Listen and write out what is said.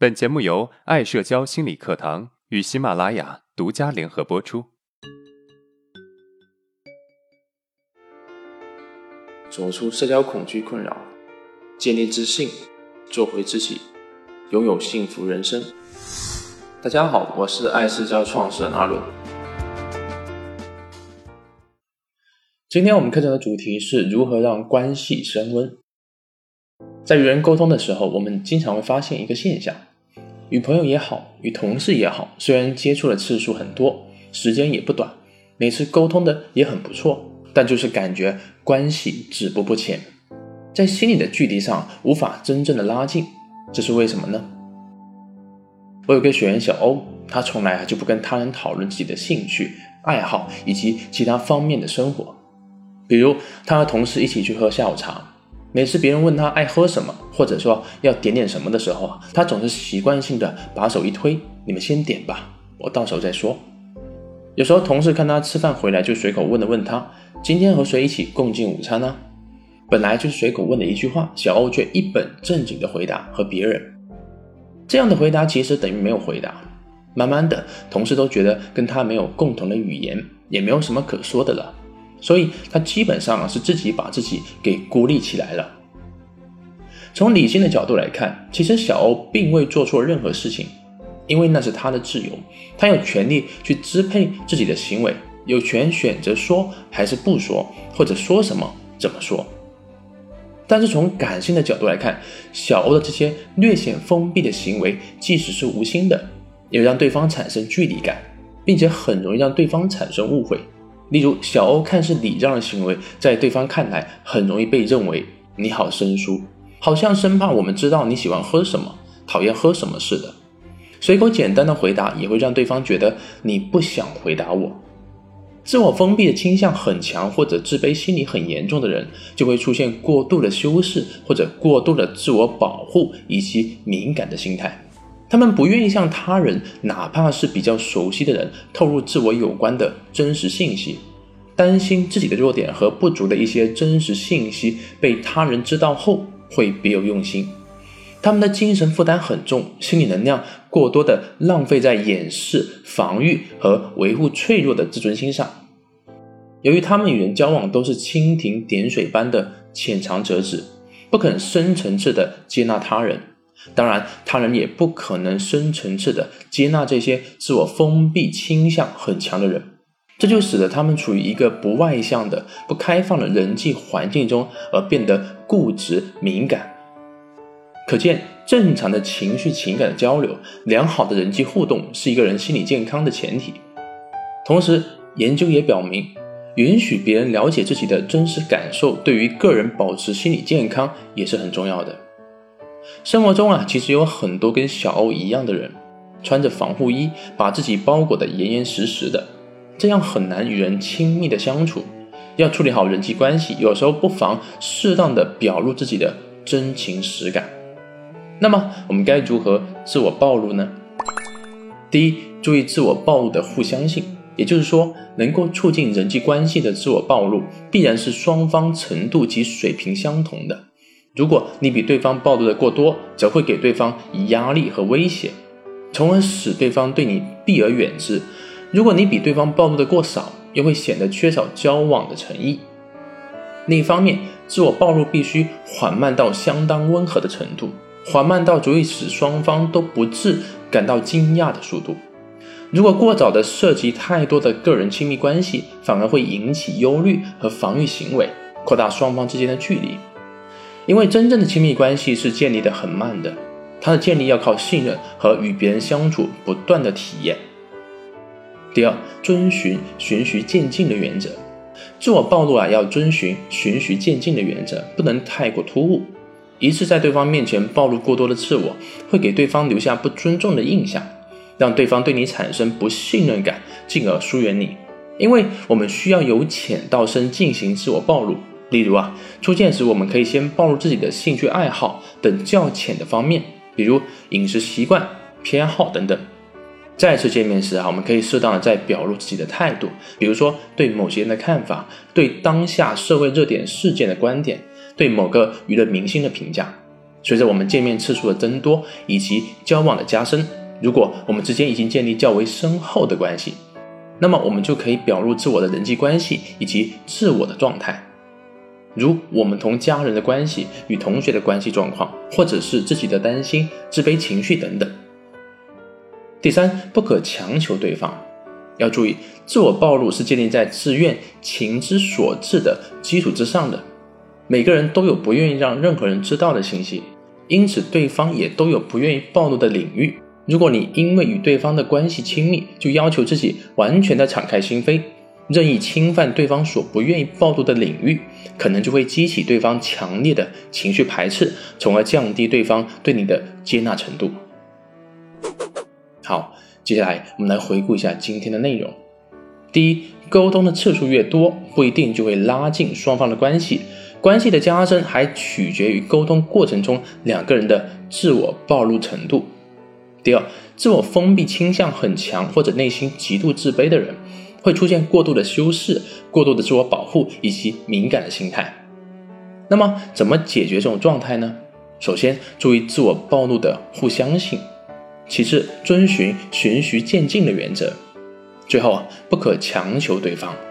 本节目由爱社交心理课堂与喜马拉雅独家联合播出。 走出社交恐惧困扰，建立自信，做回自己，拥有幸福人生。大家好，我是爱社交创始人阿伦。今天我们课程的主题是如何让关系升温。在与人沟通的时候，我们经常会发现一个现象，与朋友也好，与同事也好，虽然接触的次数很多，时间也不短，每次沟通的也很不错，但就是感觉关系止步不前，在心理的距离上无法真正的拉近，这是为什么呢？我有个学员小欧，他从来就不跟他人讨论自己的兴趣、爱好以及其他方面的生活。比如他和同事一起去喝下午茶，每次别人问他爱喝什么，或者说要点什么的时候，他总是习惯性的把手一推，你们先点吧，我到时候再说。有时候同事看他吃饭回来，就随口问他今天和谁一起共进午餐呢？本来就是随口问的一句话，小欧却一本正经的回答和别人。这样的回答其实等于没有回答，慢慢的同事都觉得跟他没有共同的语言，也没有什么可说的了，所以他基本上是自己把自己给孤立起来了。从理性的角度来看，其实小欧并未做错任何事情，因为那是他的自由，他有权利去支配自己的行为，有权选择说还是不说，或者说什么怎么说。但是从感性的角度来看，小欧的这些略显封闭的行为，即使是无心的，也让对方产生距离感，并且很容易让对方产生误会。例如小欧看似礼让的行为，在对方看来很容易被认为你好生疏，好像生怕我们知道你喜欢喝什么，讨厌喝什么似的。随口简单的回答也会让对方觉得你不想回答我。自我封闭的倾向很强或者自卑心理很严重的人，就会出现过度的修饰或者过度的自我保护以及敏感的心态。他们不愿意向他人，哪怕是比较熟悉的人，透露自我有关的真实信息，担心自己的弱点和不足的一些真实信息被他人知道后会别有用心。他们的精神负担很重，心理能量过多的浪费在掩饰、防御和维护脆弱的自尊心上。由于他们与人交往都是蜻蜓点水般的浅尝辄止，不肯深层次的接纳他人，当然他人也不可能深层次的接纳这些自我封闭倾向很强的人，这就使得他们处于一个不外向的、不开放的人际环境中，而变得固执敏感。可见正常的情绪情感的交流，良好的人际互动是一个人心理健康的前提。同时研究也表明，允许别人了解自己的真实感受，对于个人保持心理健康也是很重要的。生活中其实有很多跟小欧一样的人，穿着防护衣，把自己包裹得严严实实的，这样很难与人亲密的相处。要处理好人际关系，有时候不妨适当的表露自己的真情实感。那么我们该如何自我暴露呢？第一，注意自我暴露的互相性，也就是说，能够促进人际关系的自我暴露，必然是双方程度及水平相同的。如果你比对方暴露的过多，则会给对方以压力和威胁，从而使对方对你避而远之。如果你比对方暴露的过少，又会显得缺少交往的诚意。另一方面，自我暴露必须缓慢到相当温和的程度，缓慢到足以使双方都不致感到惊讶的速度。如果过早的涉及太多的个人亲密关系，反而会引起忧虑和防御行为，扩大双方之间的距离。因为真正的亲密关系是建立得很慢的，它的建立要靠信任和与别人相处不断的体验。第二，遵循循序渐进的原则。自我暴露要遵循循序渐进的原则，不能太过突兀。一次在对方面前暴露过多的自我，会给对方留下不尊重的印象，让对方对你产生不信任感，进而疏远你。因为我们需要由浅到深进行自我暴露。例如初见时我们可以先暴露自己的兴趣爱好等较浅的方面，比如饮食习惯、偏好等等。再次见面时我们可以适当的再表露自己的态度，比如说对某些人的看法，对当下社会热点事件的观点，对某个娱乐明星的评价。 随着我们见面次数的增多以及交往的加深，如果我们之间已经建立较为深厚的关系，那么我们就可以表露自我的人际关系以及自我的状态，如我们同家人的关系与同学的关系状况，或者是自己的担心、自卑情绪等等。第三，不可强求对方。要注意，自我暴露是建立在自愿、情之所至的基础之上的。每个人都有不愿意让任何人知道的信息，因此对方也都有不愿意暴露的领域。如果你因为与对方的关系亲密，就要求自己完全的敞开心扉，任意侵犯对方所不愿意暴露的领域，可能就会激起对方强烈的情绪排斥，从而降低对方对你的接纳程度。好，接下来我们来回顾一下今天的内容。第一，沟通的次数越多，不一定就会拉近双方的关系，关系的加深还取决于沟通过程中两个人的自我暴露程度。第二，自我封闭倾向很强或者内心极度自卑的人，会出现过度的修饰、过度的自我保护以及敏感的心态。那么怎么解决这种状态呢？首先，注意自我暴露的互相性，其次，遵循循序渐进的原则，最后不可强求对方。